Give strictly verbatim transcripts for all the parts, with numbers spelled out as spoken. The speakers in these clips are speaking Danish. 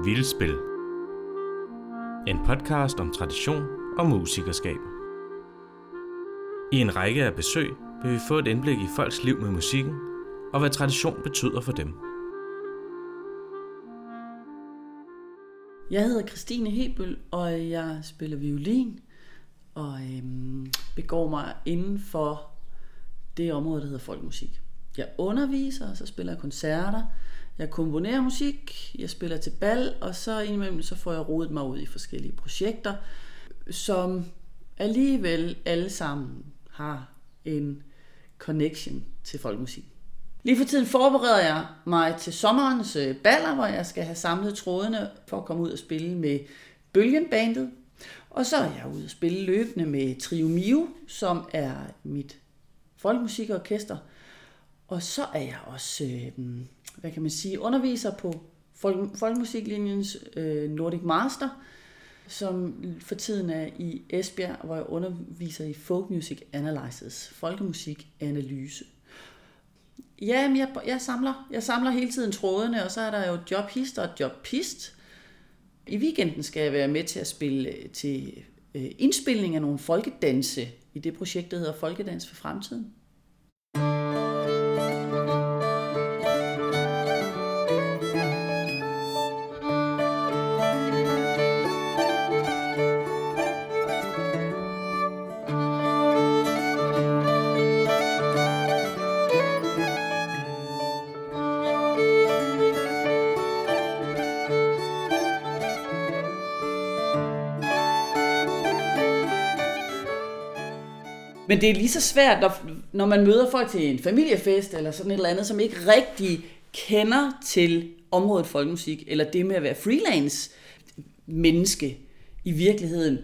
Vildspil. En podcast om tradition og musikerskab. I en række af besøg vil vi få et indblik i folks liv med musikken, og hvad tradition betyder for dem. Jeg hedder Christine Hebøl, og jeg spiller violin, og øhm, begår mig inden for det område, der hedder folkemusik. Jeg underviser, og så spiller jeg koncerter. Jeg komponerer musik, jeg spiller til bal, og så indimellem så får jeg rodet mig ud i forskellige projekter, som alligevel alle sammen har en connection til folkemusik. Lige for tiden forbereder jeg mig til sommerens baller, hvor jeg skal have samlet trådene for at komme ud og spille med Bølgen-bandet. Og så er jeg ude og spille løbende med Trio Mio, som er mit folkemusikorkester. Og så er jeg også, øh, hvad kan man sige, underviser på folk- folkemusiklinjens øh, Nordic Master, som for tiden er i Esbjerg, hvor jeg underviser i Folk Music Analysis, folkemusikanalyse. Ja, men jeg, jeg, samler, jeg samler hele tiden trådene, og så er der jo jobhist og jobpist. I weekenden skal jeg være med til at spille til øh, indspilning af nogle folkedanse i det projekt, der hedder Folkedans for Fremtiden. Men det er lige så svært, når, når man møder folk til en familiefest eller sådan et eller andet, som ikke rigtig kender til området folkemusik, eller det med at være freelance menneske i virkeligheden,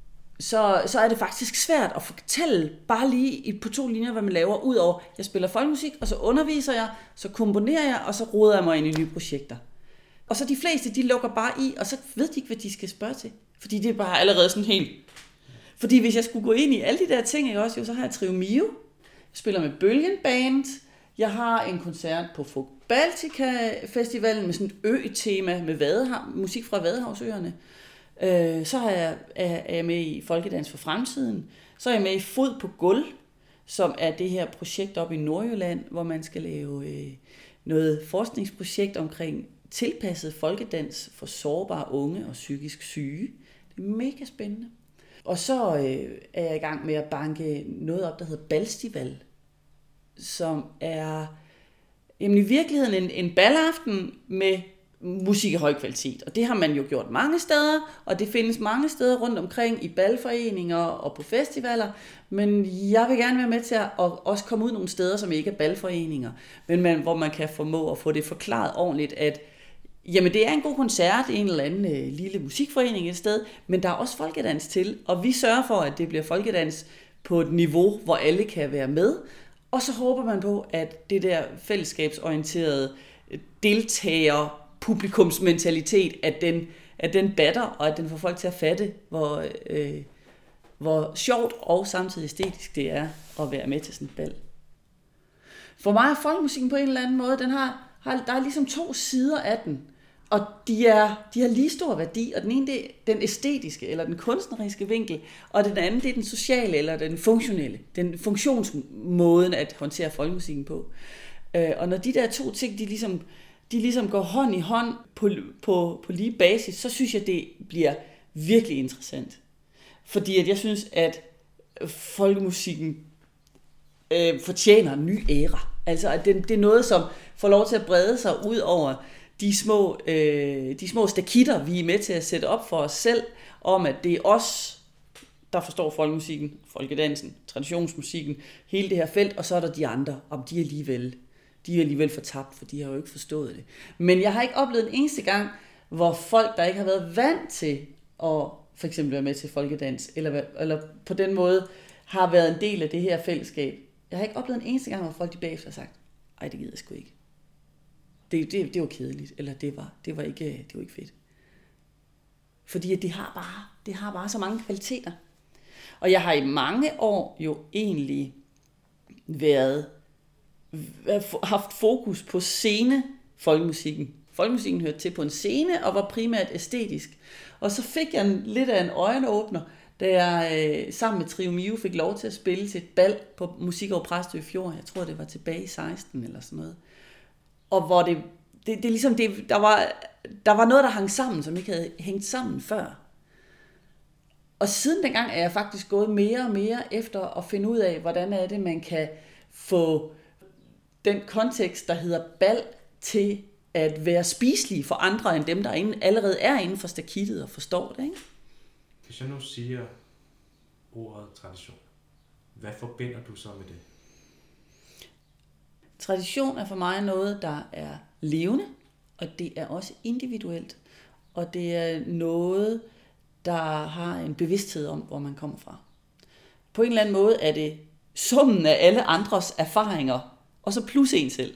så, så er det faktisk svært at fortælle bare lige på to linjer, hvad man laver, udover jeg spiller folkemusik, og så underviser jeg, så komponerer jeg, og så roder jeg mig ind i nye projekter. Og så de fleste, de lukker bare i, og så ved de ikke, hvad de skal spørge til. Fordi det er bare allerede sådan helt... Fordi hvis jeg skulle gå ind i alle de der ting, ikke også, jo, så har jeg Trio Mio, jeg spiller med Bølgen Band, jeg har en koncert på Folk Baltica Festivalen med sådan et ø-tema med Vadehav, musik fra Vadehavsøerne. Øh, så har jeg, er jeg med i Folkedans for Fremtiden. Så er jeg med i Fod på Gulv, som er det her projekt oppe i Nordjylland, hvor man skal lave øh, noget forskningsprojekt omkring tilpasset folkedans for sårbare unge og psykisk syge. Det er mega spændende. Og så øh, er jeg i gang med at banke noget op, der hedder Balstival, som er jamen, i virkeligheden en, en balaften med musik af høj kvalitet. Og det har man jo gjort mange steder, og det findes mange steder rundt omkring i balforeninger og på festivaler. Men jeg vil gerne være med til at også komme ud nogle steder, som ikke er balforeninger, men man, hvor man kan formå at få det forklaret ordentligt, at jamen, det er en god koncert i en eller anden øh, lille musikforening et sted, men der er også folkedans til, og vi sørger for, at det bliver folkedans på et niveau, hvor alle kan være med, og så håber man på, at det der fællesskabsorienterede deltager publikumsmentalitet, at den, at den batter, og at den får folk til at fatte, hvor, øh, hvor sjovt og samtidig æstetisk det er at være med til sådan et bal. For mig er folkemusikken på en eller anden måde, den har Har, der er ligesom to sider af den, og de, er, de har lige stor værdi, og den ene det er den æstetiske, eller den kunstneriske vinkel, og den anden det er den sociale, eller den funktionelle, den funktionsmåden at håndtere folkemusikken på. Og når de der to ting, de ligesom, de ligesom går hånd i hånd på, på, på lige basis, så synes jeg, det bliver virkelig interessant. Fordi at jeg synes, at folkemusikken øh, fortjener en ny æra. Altså, at det, det er noget, som får lov til at brede sig ud over de små, øh, de små stakitter, vi er med til at sætte op for os selv, om at det er os, der forstår folkemusikken, folkedansen, traditionsmusikken, hele det her felt, og så er der de andre, om de er alligevel, de er alligevel fortabt, for de har jo ikke forstået det. Men jeg har ikke oplevet en eneste gang, hvor folk, der ikke har været vant til at for eksempel være med til folkedans, eller, eller på den måde har været en del af det her fællesskab. Jeg har ikke oplevet en eneste gang, hvor folk de bagefter har sagt, ej, det gider jeg sgu ikke. Det, det, det var kedeligt, eller det var, det var, ikke, det var ikke fedt. Fordi det har, bare, det har bare så mange kvaliteter. Og jeg har i mange år jo egentlig været, haft fokus på scene folkemusikken. folkemusikken hørte til på en scene og var primært æstetisk. Og så fik jeg en, lidt af en øjenåbner, da jeg øh, sammen med Trio Mio fik lov til at spille til et bal på Musik over Præstø i fjor. Jeg tror, det var tilbage i seksten eller sådan noget. Og hvor det, det, det ligesom, det, der, var, der var noget, der hang sammen, som ikke havde hængt sammen før. Og siden dengang er jeg faktisk gået mere og mere efter at finde ud af, hvordan er det, man kan få den kontekst, der hedder bal, til at være spiselig for andre end dem, der inde, allerede er inden for stakittet og forstår det. Ikke? Hvis jeg nu siger ordet tradition, hvad forbinder du så med det? Tradition er for mig noget, der er levende, og det er også individuelt, og det er noget, der har en bevidsthed om, hvor man kommer fra. På en eller anden måde er det summen af alle andres erfaringer, og så plus en selv.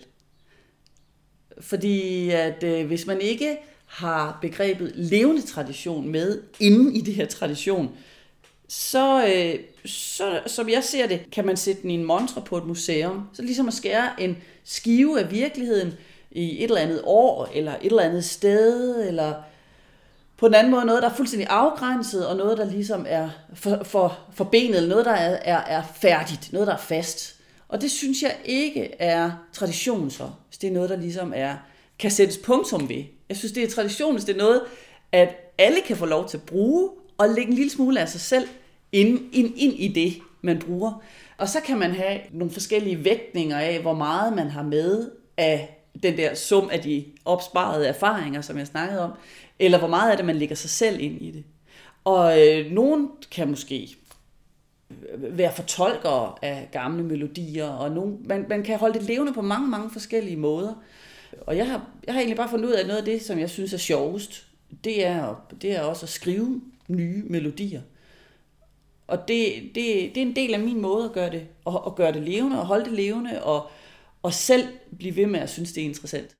Fordi at øh, hvis man ikke har begrebet levende tradition med inden i det her tradition, så, øh, så som jeg ser det, kan man sætte den i en montre på et museum. Så ligesom at skære en skive af virkeligheden i et eller andet år, eller et eller andet sted, eller på en anden måde noget, der er fuldstændig afgrænset, og noget, der ligesom er for, for, forbenet, eller noget, der er, er, er færdigt, noget, der er fast. Og det synes jeg ikke er tradition så, hvis det er noget, der ligesom er, kan sættes punktum ved. Jeg synes, det er tradition, hvis det er noget, at alle kan få lov til at bruge, og lægge en lille smule af sig selv ind, ind, ind i det, man bruger. Og så kan man have nogle forskellige vægtninger af, hvor meget man har med af den der sum af de opsparede erfaringer, som jeg snakkede om, eller hvor meget af det, man lægger sig selv ind i det. Og øh, nogen kan måske være fortolkere af gamle melodier, og nogen, man, man kan holde det levende på mange, mange forskellige måder. Og jeg har, jeg har egentlig bare fundet ud af noget af det, som jeg synes er sjovest. Det er, det er også at skrive nye melodier. Og det, det, det er en del af min måde at gøre det, at, at gøre det levende, og holde det levende, og, og selv blive ved med at synes, det er interessant.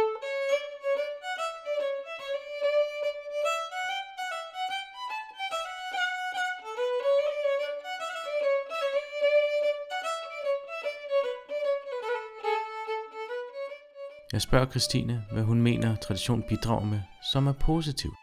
Jeg spørger Christine, hvad hun mener, tradition bidrager med, som er positivt.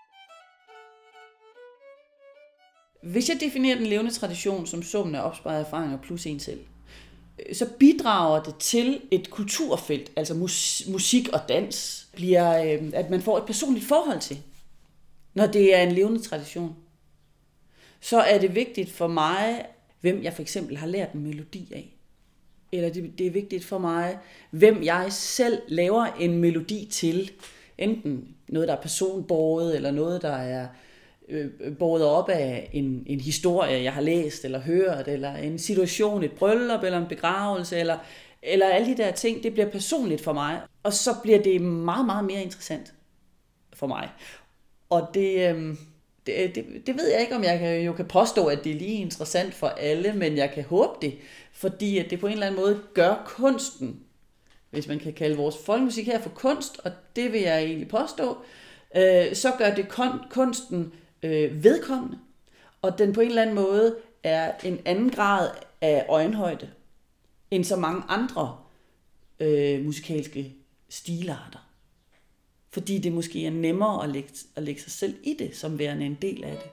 Hvis jeg definerer den levende tradition som summen af opsparede erfaringer plus en selv, så bidrager det til et kulturfelt, altså mus- musik og dans, bliver, at man får et personligt forhold til, når det er en levende tradition. Så er det vigtigt for mig, hvem jeg for eksempel har lært en melodi af. Eller det, det er vigtigt for mig, hvem jeg selv laver en melodi til. Enten noget, der er personbåret, eller noget, der er øh, båret op af en, en historie, jeg har læst eller hørt, eller en situation, et bryllup, eller en begravelse, eller, eller alle de der ting. Det bliver personligt for mig, og så bliver det meget, meget mere interessant for mig. Og det... Øh, Det, det, det ved jeg ikke, om jeg kan, jo kan påstå, at det er lige interessant for alle, men jeg kan håbe det, fordi at det på en eller anden måde gør kunsten, hvis man kan kalde vores folkemusik her for kunst, og det vil jeg egentlig påstå, øh, så gør det kun, kunsten øh, vedkommende, og den på en eller anden måde er en anden grad af øjenhøjde, end så mange andre øh, musikalske stilarter. Fordi det måske er nemmere at lægge, at lægge sig selv i det, som værende en del af det.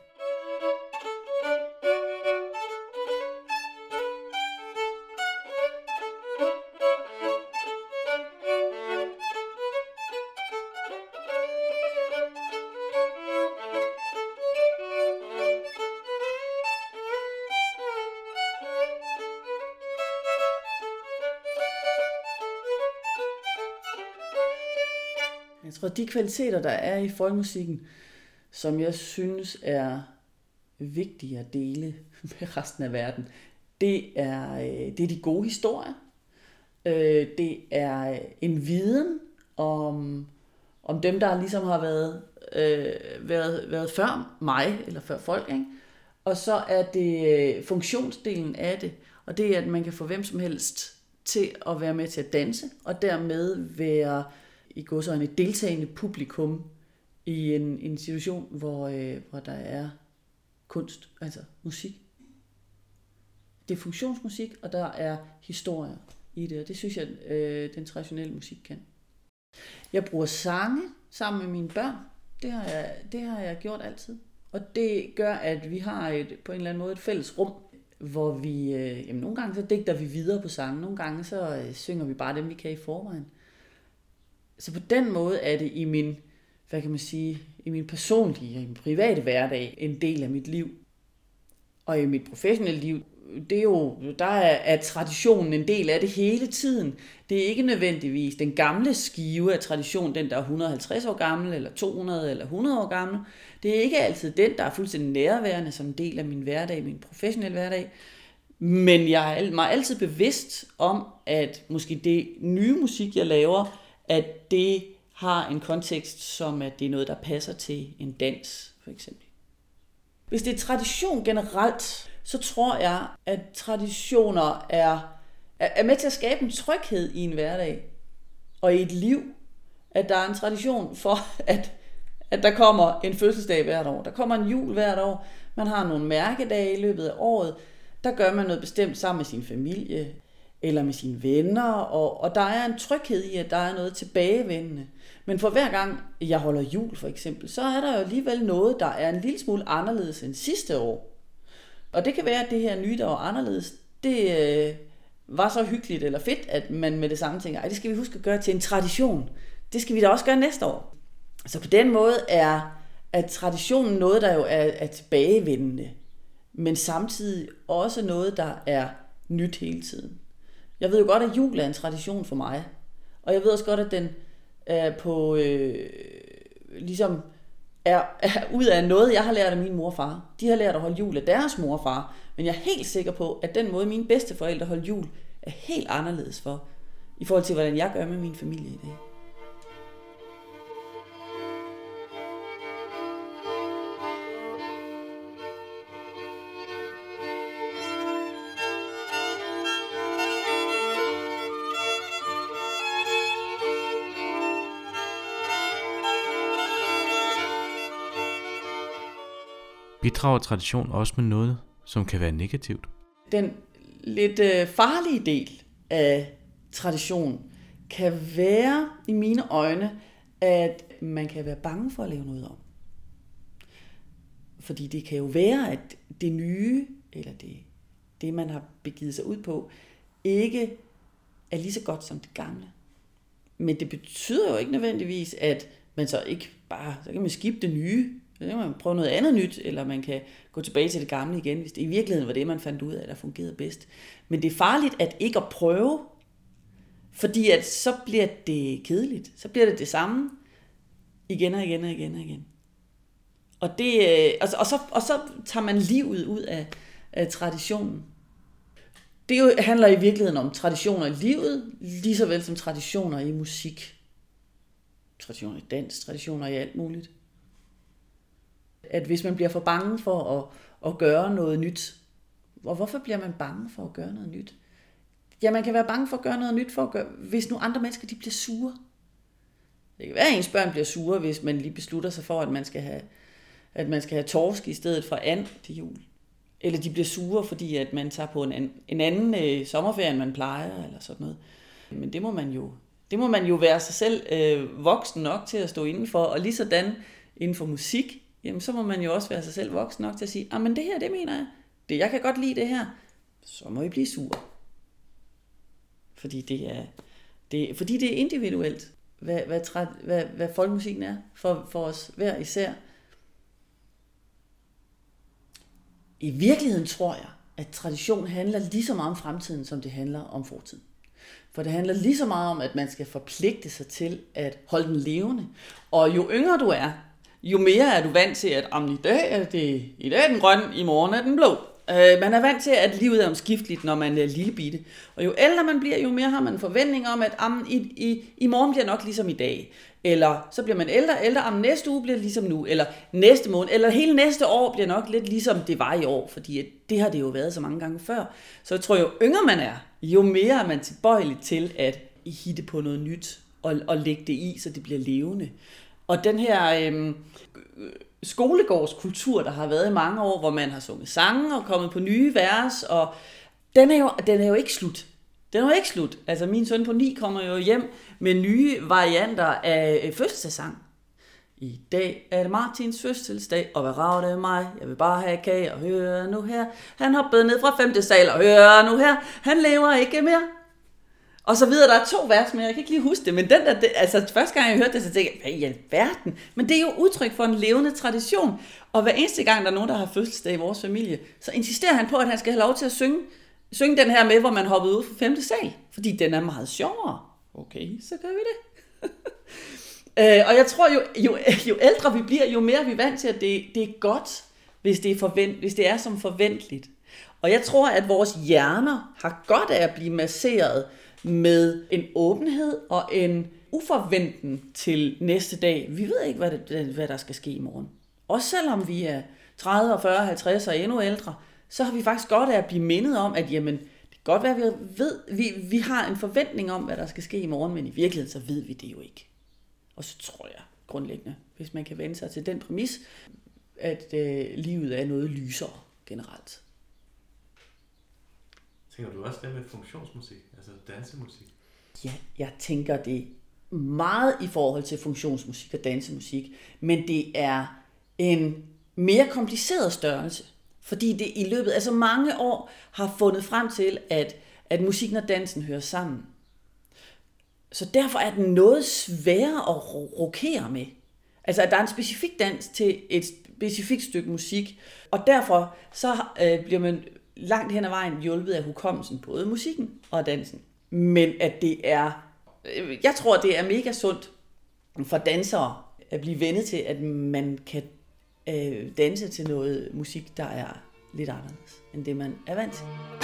Jeg tror, de kvaliteter, der er i folkemusikken, som jeg synes er vigtige at dele med resten af verden, det er, det er de gode historier. Det er en viden om, om dem, der ligesom har været, været, været før mig, eller før folk. Ikke? Og så er det funktionsdelen af det, og det er, at man kan få hvem som helst til at være med til at danse, og dermed være i går så et deltagende publikum i en, en situation, hvor, øh, hvor der er kunst, altså musik. Det er funktionsmusik, og der er historier i det, og det synes jeg, øh, den traditionelle musik kan. Jeg bruger sange sammen med mine børn. Det har jeg, det har jeg gjort altid. Og det gør, at vi har et, på en eller anden måde et fælles rum, hvor vi, øh, jamen nogle gange så digter vi videre på sangen, nogle gange så øh, synger vi bare dem, vi kan i forvejen. Så på den måde er det i min, hvad kan man sige, i min personlige og i min private hverdag en del af mit liv. Og i mit professionelle liv, det er jo, der er, er traditionen en del af det hele tiden. Det er ikke nødvendigvis den gamle skive af tradition, den der er et hundrede og halvtreds år gammel, eller to hundrede eller hundrede år gammel. Det er ikke altid den, der er fuldstændig nærværende som en del af min hverdag, min professionelle hverdag. Men jeg er mig altid bevidst om, at måske det nye musik, jeg laver, at det har en kontekst, som at det er noget, der passer til en dans, for eksempel. Hvis det er tradition generelt, så tror jeg, at traditioner er, er med til at skabe en tryghed i en hverdag og i et liv. At der er en tradition for, at, at der kommer en fødselsdag hvert år. Der kommer en jul hvert år. Man har nogle mærkedage i løbet af året. Der gør man noget bestemt sammen med sin familie eller med sine venner. Og, og der er en tryghed i, at der er noget tilbagevendende. Men for hver gang jeg holder jul for eksempel, så er der jo alligevel noget, der er en lille smule anderledes end sidste år. Og det kan være, at det her nye, der var anderledes, det øh, var så hyggeligt eller fedt, at man med det samme tænker, ej, det skal vi huske at gøre til en tradition. Det skal vi da også gøre næste år. Så på den måde er at traditionen noget, der jo er, er tilbagevendende, men samtidig også noget, der er nyt hele tiden. Jeg ved jo godt, at jul er en tradition for mig, og jeg ved også godt, at den er på øh, ligesom er, er ud af noget, jeg har lært af min mor og far. De har lært at holde jul af deres mor og far, men jeg er helt sikker på, at den måde, mine bedsteforældre holdt jul, er helt anderledes for, i forhold til, hvordan jeg gør med min familie i dag. Bidrager tradition også med noget, som kan være negativt? Den lidt øh, farlige del af tradition kan være, i mine øjne, at man kan være bange for at lave noget om. Fordi det kan jo være, at det nye, eller det, det man har begivet sig ud på, ikke er lige så godt som det gamle. Men det betyder jo ikke nødvendigvis, at man så ikke bare, så kan man skifte det nye, så kan man prøve noget andet nyt, eller man kan gå tilbage til det gamle igen, hvis det i virkeligheden var det, man fandt ud af, der fungerede bedst. Men det er farligt at ikke at prøve, fordi at så bliver det kedeligt. Så bliver det det samme igen og igen og igen og igen. Og, det, og, og, så, og så tager man livet ud af, af traditionen. Det jo handler i virkeligheden om traditioner i livet, lige så vel som traditioner i musik. Traditioner i dans, traditioner i alt muligt. At hvis man bliver for bange for at, at gøre noget nyt, og hvorfor bliver man bange for at gøre noget nyt? Ja, man kan være bange for at gøre noget nyt, for at gøre, hvis nu andre mennesker de bliver sure. Det kan være, at ens børn bliver sure, hvis man lige beslutter sig for, at man skal have, at man skal have torsk i stedet for and til jul. Eller de bliver sure, fordi at man tager på en anden, en anden øh, sommerferie, end man plejer, eller sådan noget. Men det må man jo, det må man jo være sig selv øh, voksen nok til at stå indenfor, og lige sådan inden for musik, jamen så må man jo også være sig selv voksen nok til at sige, ah, men det her, det mener jeg. Det, jeg kan godt lide det her. Så må I blive sure. Fordi det er, det, fordi det er individuelt, hvad, hvad, hvad, hvad folkemusikken er for, for os hver især. I virkeligheden tror jeg, at tradition handler lige så meget om fremtiden, som det handler om fortiden. For det handler lige så meget om, at man skal forpligte sig til at holde den levende. Og jo yngre du er, jo mere er du vant til, at om i dag er det, i dag er den grøn, i morgen er den blå. Øh, man er vant til, at livet er omskifteligt, når man er lille bitte. Og jo ældre man bliver, jo mere har man en forventning om, at om, i, i, i morgen bliver nok ligesom i dag. Eller så bliver man ældre, ældre, om næste uge bliver ligesom nu. Eller næste måned, eller hele næste år bliver nok lidt ligesom det var i år. Fordi det har det jo været så mange gange før. Så jeg tror, jo yngre man er, jo mere er man tilbøjelig til at hitte på noget nyt. Og, og lægge det i, så det bliver levende. Og den her øhm, skolegårdskultur, der har været i mange år, hvor man har sunget sange og kommet på nye vers, og den er jo, den er jo ikke slut. Den er jo ikke slut. Altså min søn på ni kommer jo hjem med nye varianter af fødselsdagssang. I dag er det Martins fødselsdag, og hvad rager det mig? Jeg vil bare have kage, og høre nu her. Han hoppede ned fra femte sal, og høre nu her. Han lever ikke mere. Og så videre, der er to vers, men jeg kan ikke lige huske det. Men den der, det, altså første gang jeg hørte det, så tænkte jeg, hvad i alverden? Men det er jo udtryk for en levende tradition. Og hver eneste gang, der er nogen, der har fødselsdag i vores familie, så insisterer han på, at han skal have lov til at synge, synge den her med, hvor man hoppede ud fra femte sal. Fordi den er meget sjovere. Okay, så gør vi det. øh, og jeg tror, jo, jo, jo ældre vi bliver, jo mere vi er vant til, at det, det er godt, hvis det er, forvent, hvis det er som forventeligt. Og jeg tror, at vores hjerner har godt af at blive masseret med en åbenhed og en uforventen til næste dag. Vi ved ikke, hvad, det, hvad der skal ske i morgen. Også selvom vi er tredive, fyrre, halvtreds og endnu ældre, så har vi faktisk godt af at blive mindet om, at jamen, det kan godt være, at vi ved, vi, vi har en forventning om, hvad der skal ske i morgen, men i virkeligheden, så ved vi det jo ikke. Og så tror jeg grundlæggende, hvis man kan vende sig til den præmis, at øh, livet er noget lysere generelt. Tænker du også det med funktionsmusik, altså dansemusik? Ja, jeg tænker det meget i forhold til funktionsmusik og dansemusik, men det er en mere kompliceret størrelse, fordi det i løbet af så mange år har fundet frem til, at, at musikken og dansen hører sammen. Så derfor er den noget sværere at rokere med. Altså, at der er en specifik dans til et specifikt stykke musik, og derfor så øh, bliver man langt hen ad vejen hjulpet af hukommelsen, både musikken og dansen. Men at det er, jeg tror, det er mega sundt for dansere at blive vendet til, at man kan øh, danse til noget musik, der er lidt anderledes, end det man er vant til.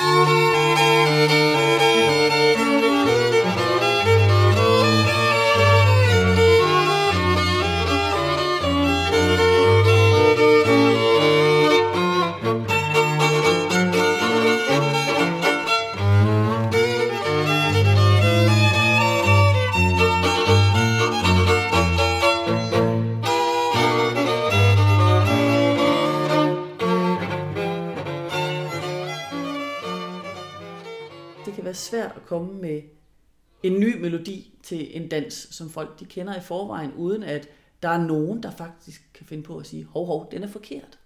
Svært at komme med en ny melodi til en dans, som folk de kender i forvejen, uden at der er nogen, der faktisk kan finde på at sige, hov, hov, den er forkert.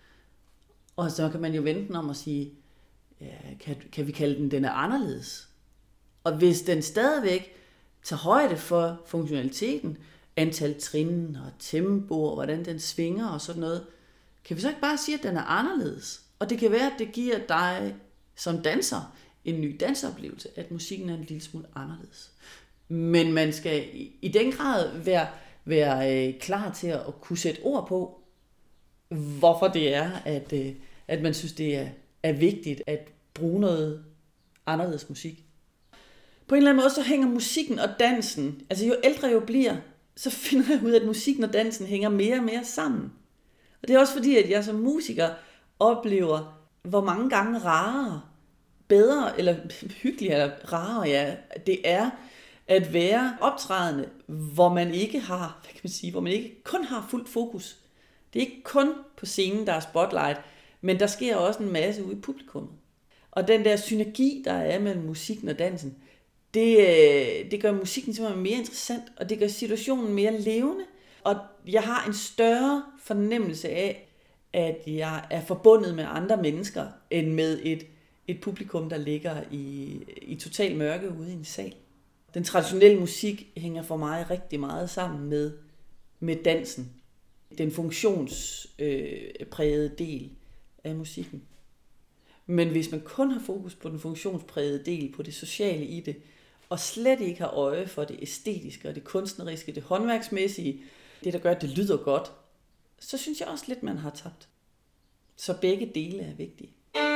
Og så kan man jo vente den om at sige, ja, kan, kan vi kalde den, den er anderledes. Og hvis den stadigvæk tager højde for funktionaliteten, antal trin og tempo, og hvordan den svinger og sådan noget, kan vi så ikke bare sige, at den er anderledes? Og det kan være, at det giver dig som danser en ny danseoplevelse, at musikken er en lille smule anderledes. Men man skal i, i den grad være, være øh, klar til at, at kunne sætte ord på, hvorfor det er, at, øh, at man synes, det er, er vigtigt at bruge noget anderledes musik. På en eller anden måde, så hænger musikken og dansen, altså jo ældre jeg bliver, så finder jeg ud af, at musikken og dansen hænger mere og mere sammen. Og det er også fordi, at jeg som musiker oplever, hvor mange gange rarere, bedre eller hyggeligere eller rarere ja, det er at være optrædende, hvor man ikke har, hvad kan man sige, hvor man ikke kun har fuldt fokus. Det er ikke kun på scenen, der er spotlight, men der sker også en masse ude i publikum. Og den der synergi, der er mellem musikken og dansen, det, det gør musikken simpelthen mere interessant, og det gør situationen mere levende. Og jeg har en større fornemmelse af, at jeg er forbundet med andre mennesker, end med et et publikum, der ligger i, i total mørke ude i en sal. Den traditionelle musik hænger for mig rigtig meget sammen med, med dansen. Den funktionsprægede del af musikken. Men hvis man kun har fokus på den funktionsprægede del, på det sociale i det, og slet ikke har øje for det æstetiske og det kunstneriske, det håndværksmæssige, det der gør, at det lyder godt, så synes jeg også lidt, man har tabt. Så begge dele er vigtige.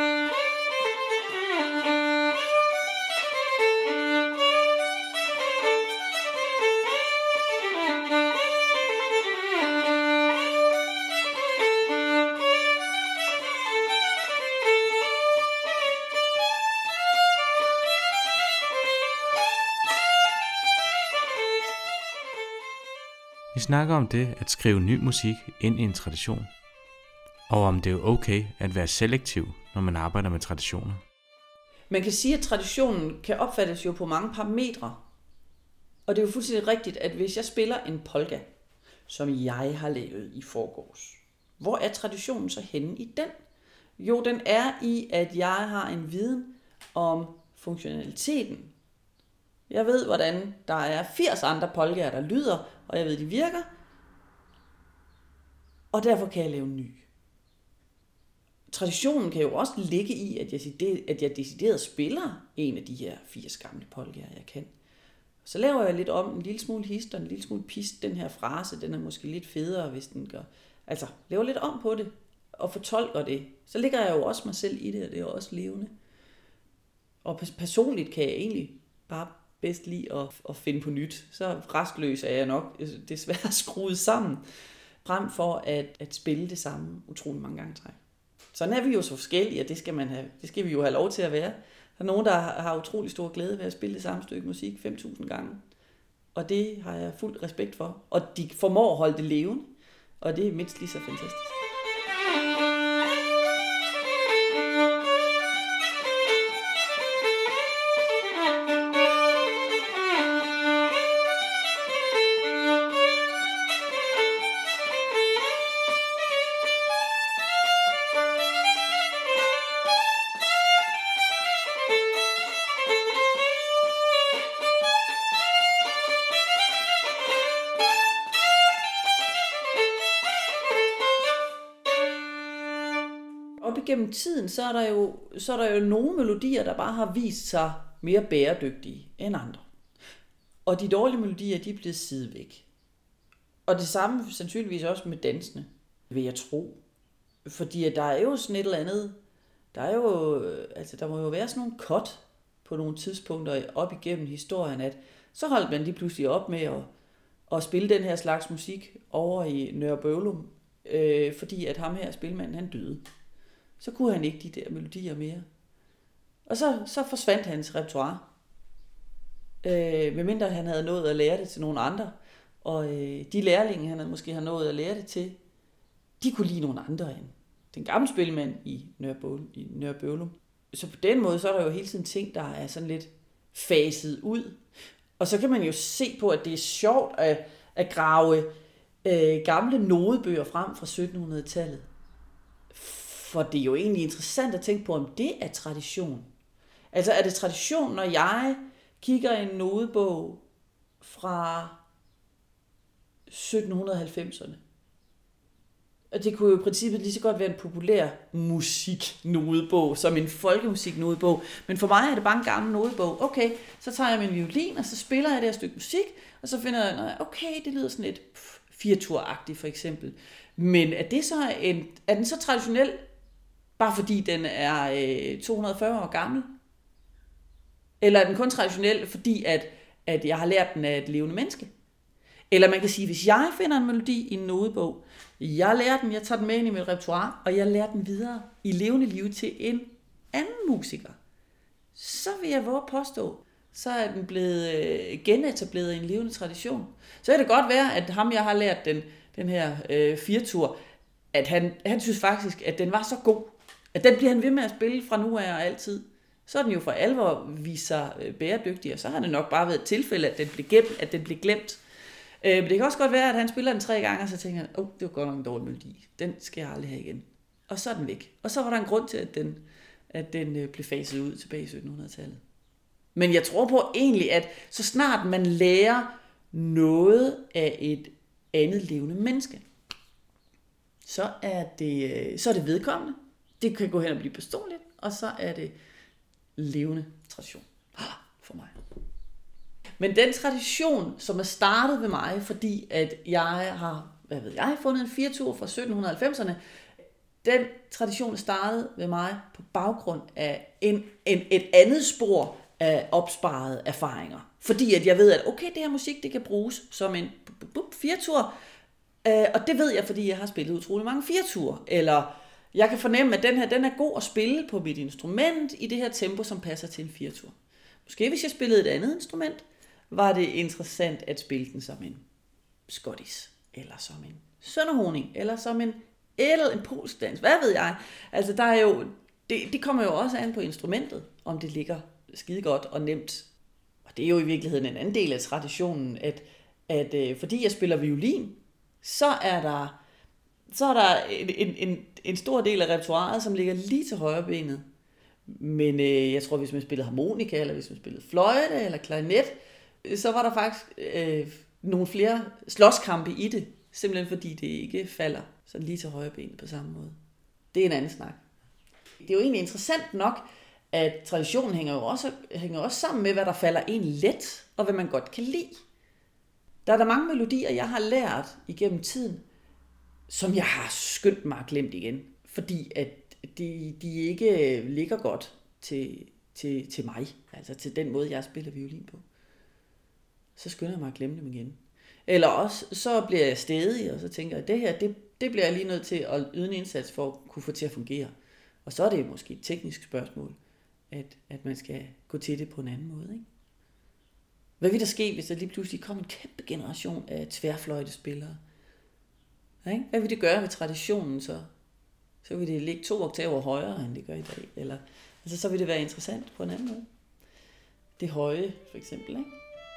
Vi snakker om det at skrive ny musik ind i en tradition, og om det er okay at være selektiv, når man arbejder med traditioner. man kan sige, at traditionen kan opfattes jo på mange parametre. Og det er jo fuldstændig rigtigt, at hvis jeg spiller en polka, som jeg har lavet i forgårs, hvor er traditionen så henne i den? Jo, den er i, at jeg har en viden om funktionaliteten. Jeg ved, hvordan der er firs andre polkaer, der lyder, og jeg ved, de virker. Og derfor kan jeg lave en ny. Traditionen kan jo også ligge i, at jeg, at jeg decideret spiller en af de her firs gamle polkaer, jeg kan. Så laver jeg lidt om, en lille smule hist og en lille smule pist. Den her frase, den er måske lidt federe, hvis den gør. Altså, laver lidt om på det og fortolker det. Så ligger jeg jo også mig selv i det, og det er også levende. Og personligt kan jeg egentlig bare bedst lide at, at finde på nyt. Så rastløs er jeg nok desværre skruet sammen, frem for at, at spille det samme utrolig mange gange træk. Sådan er vi jo så forskellige, og det skal, man have, det skal vi jo have lov til at være. Der er nogen, der har utrolig stor glæde ved at spille det samme stykke musik fem tusind gange. Og det har jeg fuld respekt for. Og de formår at holde det levende, og det er mindst lige så fantastisk. Op igennem tiden, så er, der jo, så er der jo nogle melodier, der bare har vist sig mere bæredygtige end andre. Og de dårlige melodier, de er blevet sidet væk. Og det samme sandsynligvis også med dansene, vil jeg tro. Fordi at der er jo sådan et eller andet, der er jo, altså der må jo være sådan nogle cut på nogle tidspunkter op igennem historien, at så holdt man lige pludselig op med at, at spille den her slags musik over i Nørre Bøvlum, øh, fordi at ham her spilmanden, han døde. Så kunne han ikke de der melodier mere. Og så, så forsvandt hans repertoire. Øh, medmindre han havde nået at lære det til nogle andre. Og øh, de lærlinge, han havde måske har nået at lære det til, de kunne lide nogle andre end den gamle spilmand i Nørre Bøvlum. Så på den måde, så er der jo hele tiden ting, der er sådan lidt faset ud. Og så kan man jo se på, at det er sjovt at, at grave øh, gamle nodebøger frem fra syttenhundredetallet. For det er jo egentlig interessant at tænke på, om det er tradition. Altså er det tradition, når jeg kigger i en nodebog fra sytten halvfemserne? Og det kunne jo i princippet lige så godt være en populær musiknodebog, som en folkemusiknodebog. Men for mig er det bare en gammel nodebog. Okay, så tager jeg min violin, og så spiller jeg det her stykke musik, og så finder jeg, okay, det lyder sådan lidt firtur-agtigt for eksempel. Men er det så en, er den så traditionel, bare fordi den er øh, to hundrede og fyrre år gammel? Eller er den kun traditionel, fordi at, at jeg har lært den af et levende menneske? Eller man kan sige, hvis jeg finder en melodi i en nodebog, jeg lærer den, jeg tager den med ind i mit repertoire, og jeg lærer den videre i levende liv til en anden musiker, så vil jeg våge påstå, så er den blevet øh, genetableret i en levende tradition. Så kan det godt være, at ham, jeg har lært den, den her øh, firtur, at han, han synes faktisk, at den var så god, at den bliver han ved med at spille fra nu af og altid. Så er den jo for alvor vist sig øh, bæredygtig, og så har det nok bare været et tilfælde, at den blev glemt. At den blev glemt. Øh, men det kan også godt være, at han spiller den tre gange, og så tænker han, åh, oh, det var godt nok en dårlig melodi. Den skal jeg aldrig have igen. Og så er den væk. Og så var der en grund til, at den, at den øh, blev faset ud tilbage i syttenhundredetallet. Men jeg tror på egentlig, at så snart man lærer noget af et andet levende menneske, så er det, så er det vedkommende. Det kan gå hen og blive personligt, og så er det levende tradition for mig. Men den tradition, som er startet ved mig, fordi at jeg har, hvad ved jeg, fundet en firtur fra sytten halvfemserne, den tradition er startet ved mig på baggrund af en, en, et andet spor af opsparede erfaringer. Fordi at jeg ved, at okay, det her musik, det kan bruges som en firtur, og det ved jeg, fordi jeg har spillet utrolig mange firtur, eller jeg kan fornemme, at den her, den er god at spille på mit instrument i det her tempo, som passer til en firtur. Måske hvis jeg spillede et andet instrument, var det interessant at spille den som en skottis, eller som en sønderhoning, eller som en el, en polsk dans, hvad ved jeg. Altså der er jo, det, det kommer jo også an på instrumentet, om det ligger skide godt og nemt. Og det er jo i virkeligheden en anden del af traditionen, at, at øh, fordi jeg spiller violin, så er der, så er der en, en, en, en stor del af repertoiret, som ligger lige til højre benet. Men øh, jeg tror, hvis man spillede harmonika, eller hvis man spillede fløjte eller klarinet, så var der faktisk øh, nogle flere slåskampe i det, simpelthen fordi det ikke falder sådan lige til højre benet på samme måde. Det er en anden snak. Det er jo egentlig interessant nok, at traditionen hænger jo også, hænger også sammen med, hvad der falder en let, og hvad man godt kan lide. Der er der mange melodier, jeg har lært igennem tiden, som jeg har skyndt mig glemt igen, fordi at de, de ikke ligger godt til, til, til mig, altså til den måde, jeg spiller violin på. Så skynder jeg mig at glemme dem igen. Eller også, så bliver jeg stædig, og så tænker jeg, at det her, det, det bliver jeg lige nødt til at yde en indsats for at kunne få til at fungere. Og så er det måske et teknisk spørgsmål, at, at man skal gå til det på en anden måde. Ikke? Hvad vil der ske, hvis der lige pludselig kom en kæmpe generation af tværfløjtespillere? Ikke? Hvad vil det gøre ved traditionen så? Så vil det ligge to oktaver højere, end det gør i dag. Eller, altså, så vil det være interessant på en anden måde. Det høje, for eksempel. Ikke?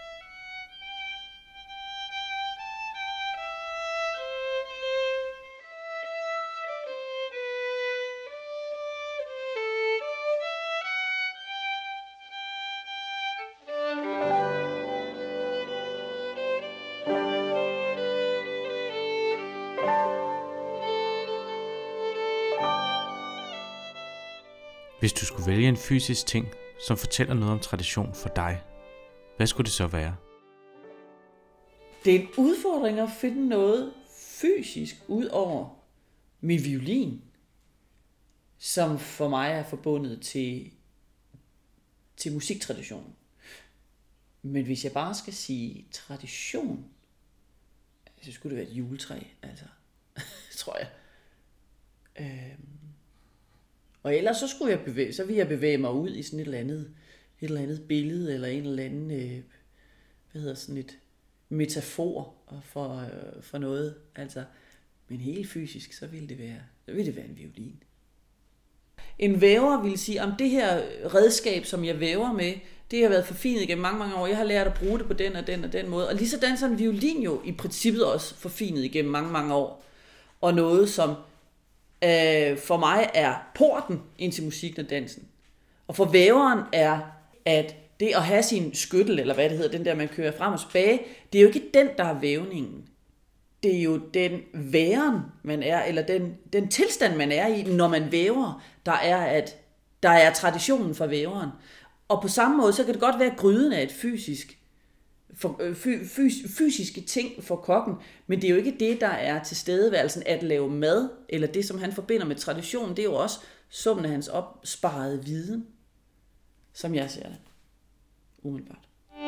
Hvis du skulle vælge en fysisk ting, som fortæller noget om tradition for dig, hvad skulle det så være? Det er en udfordring at finde noget fysisk ud over min violin, som for mig er forbundet til, til musiktraditionen. Men hvis jeg bare skal sige tradition, så skulle det være et juletræ, altså, tror jeg. Øhm. Og ellers så skulle jeg bevæge, så ville jeg bevæge mig ud i sådan et eller andet, et eller andet billede, eller en eller anden, øh, hvad hedder sådan et metafor for, øh, for noget. Altså, men helt fysisk, så ville det være, så ville det være en violin. En væver vil sige, om det her redskab, som jeg væver med, det har været forfinet gennem mange, mange år. Jeg har lært at bruge det på den og den og den måde. Og lige sådan så en violin jo i princippet også forfinet igennem mange, mange år. Og noget, som for mig er porten ind til musikken og dansen. Og for væveren er, at det at have sin skyttel, eller hvad det hedder, den der, man kører frem og tilbage, det er jo ikke den, der er vævningen. Det er jo den væren, man er, eller den, den tilstand, man er i, når man væver, der er, at der er traditionen for væveren. Og på samme måde, så kan det godt være, at gryden er et fysisk, for, fy, fys, fysiske ting for kokken, men det er jo ikke det, der er tilstedeværelsen at lave mad, eller det, som han forbinder med tradition, det er jo også summen af hans opsparede viden, som jeg ser det, umiddelbart.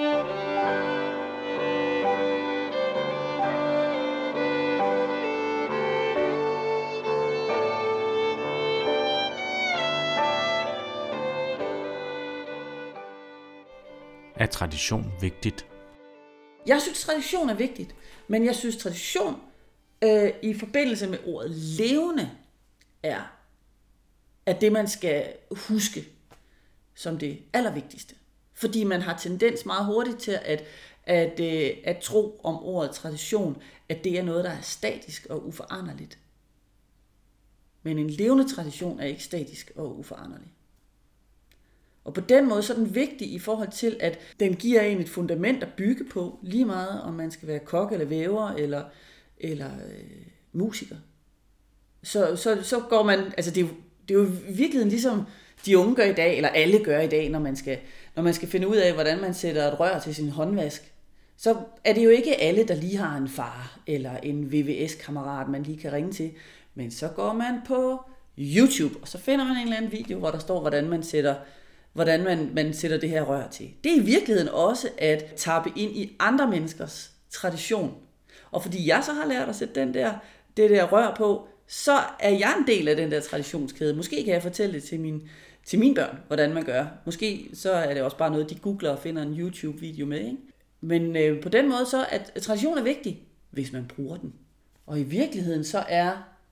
Er tradition vigtigt? Jeg synes, tradition er vigtigt, men jeg synes, tradition øh, i forbindelse med ordet levende er, er det, man skal huske som det allervigtigste. Fordi man har tendens meget hurtigt til at, at, øh, at tro om ordet tradition, at det er noget, der er statisk og uforanderligt. Men en levende tradition er ikke statisk og uforanderlig. Og på den måde så er den vigtig i forhold til, at den giver en et fundament at bygge på, lige meget om man skal være kok eller væver eller, eller øh, musiker. Så, så, så går man, altså det er, jo, det er jo virkelig ligesom de unge gør i dag, eller alle gør i dag, når man skal, når man skal finde ud af, hvordan man sætter et rør til sin håndvask. Så er det jo ikke alle, der lige har en far eller en V V S-kammerat, man lige kan ringe til. Men så går man på YouTube, og så finder man en eller anden video, hvor der står, hvordan man sætter hvordan man, man sætter det her rør til. Det er i virkeligheden også at tappe ind i andre menneskers tradition. Og fordi jeg så har lært at sætte den der, det der rør på, så er jeg en del af den der traditionskæde. Måske kan jeg fortælle det til, min, til mine børn, hvordan man gør. Måske så er det også bare noget, de googler og finder en YouTube-video med. Ikke? Men øh, på den måde så, at tradition er vigtig, hvis man bruger den. Og i virkeligheden så er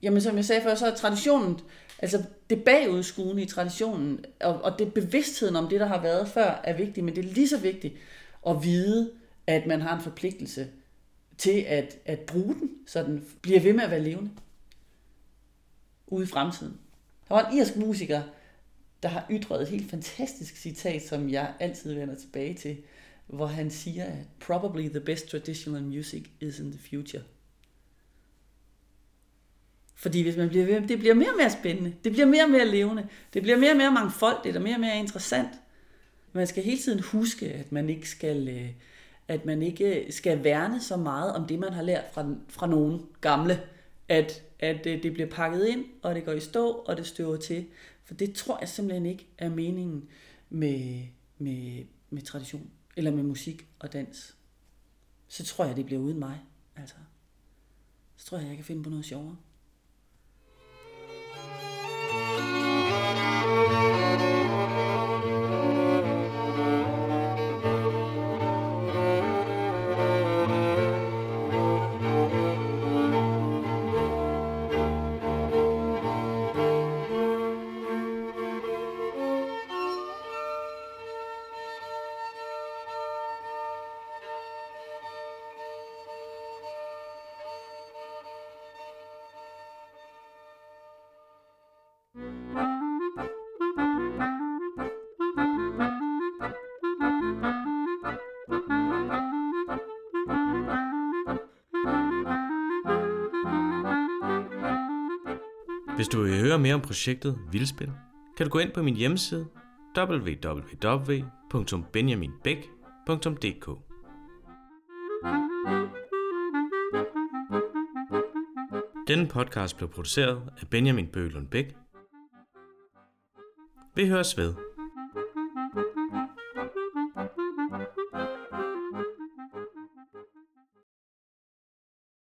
jamen som jeg sagde før, så er traditionen, altså det bagudskuende i traditionen, og, og det bevidstheden om det, der har været før, er vigtigt, men det er lige så vigtigt at vide, at man har en forpligtelse til at, at bruge den, så den bliver ved med at være levende ude i fremtiden. Der var en irsk musiker, der har ytret et helt fantastisk citat, som jeg altid vender tilbage til, hvor han siger, at probably the best traditional music is in the future. Fordi hvis man bliver ved, det bliver mere og mere spændende, det bliver mere og mere levende, det bliver mere og mere mangfoldigt og mere og mere interessant. Man skal hele tiden huske, at man ikke skal, at man ikke skal værne så meget om det, man har lært fra, fra nogle gamle, at, at det bliver pakket ind, og det går i stå, og det støver til. For det tror jeg simpelthen ikke er meningen med, med, med tradition, eller med musik og dans. Så tror jeg, det bliver uden mig. Altså. Så tror jeg, jeg kan finde på noget sjovere. Hvis du vil høre mere om projektet Vildspil, kan du gå ind på min hjemmeside w w w punktum benjamin bech punktum d k. Denne podcast blev produceret af Benjamin Bøgelund Bech. Vi høres ved.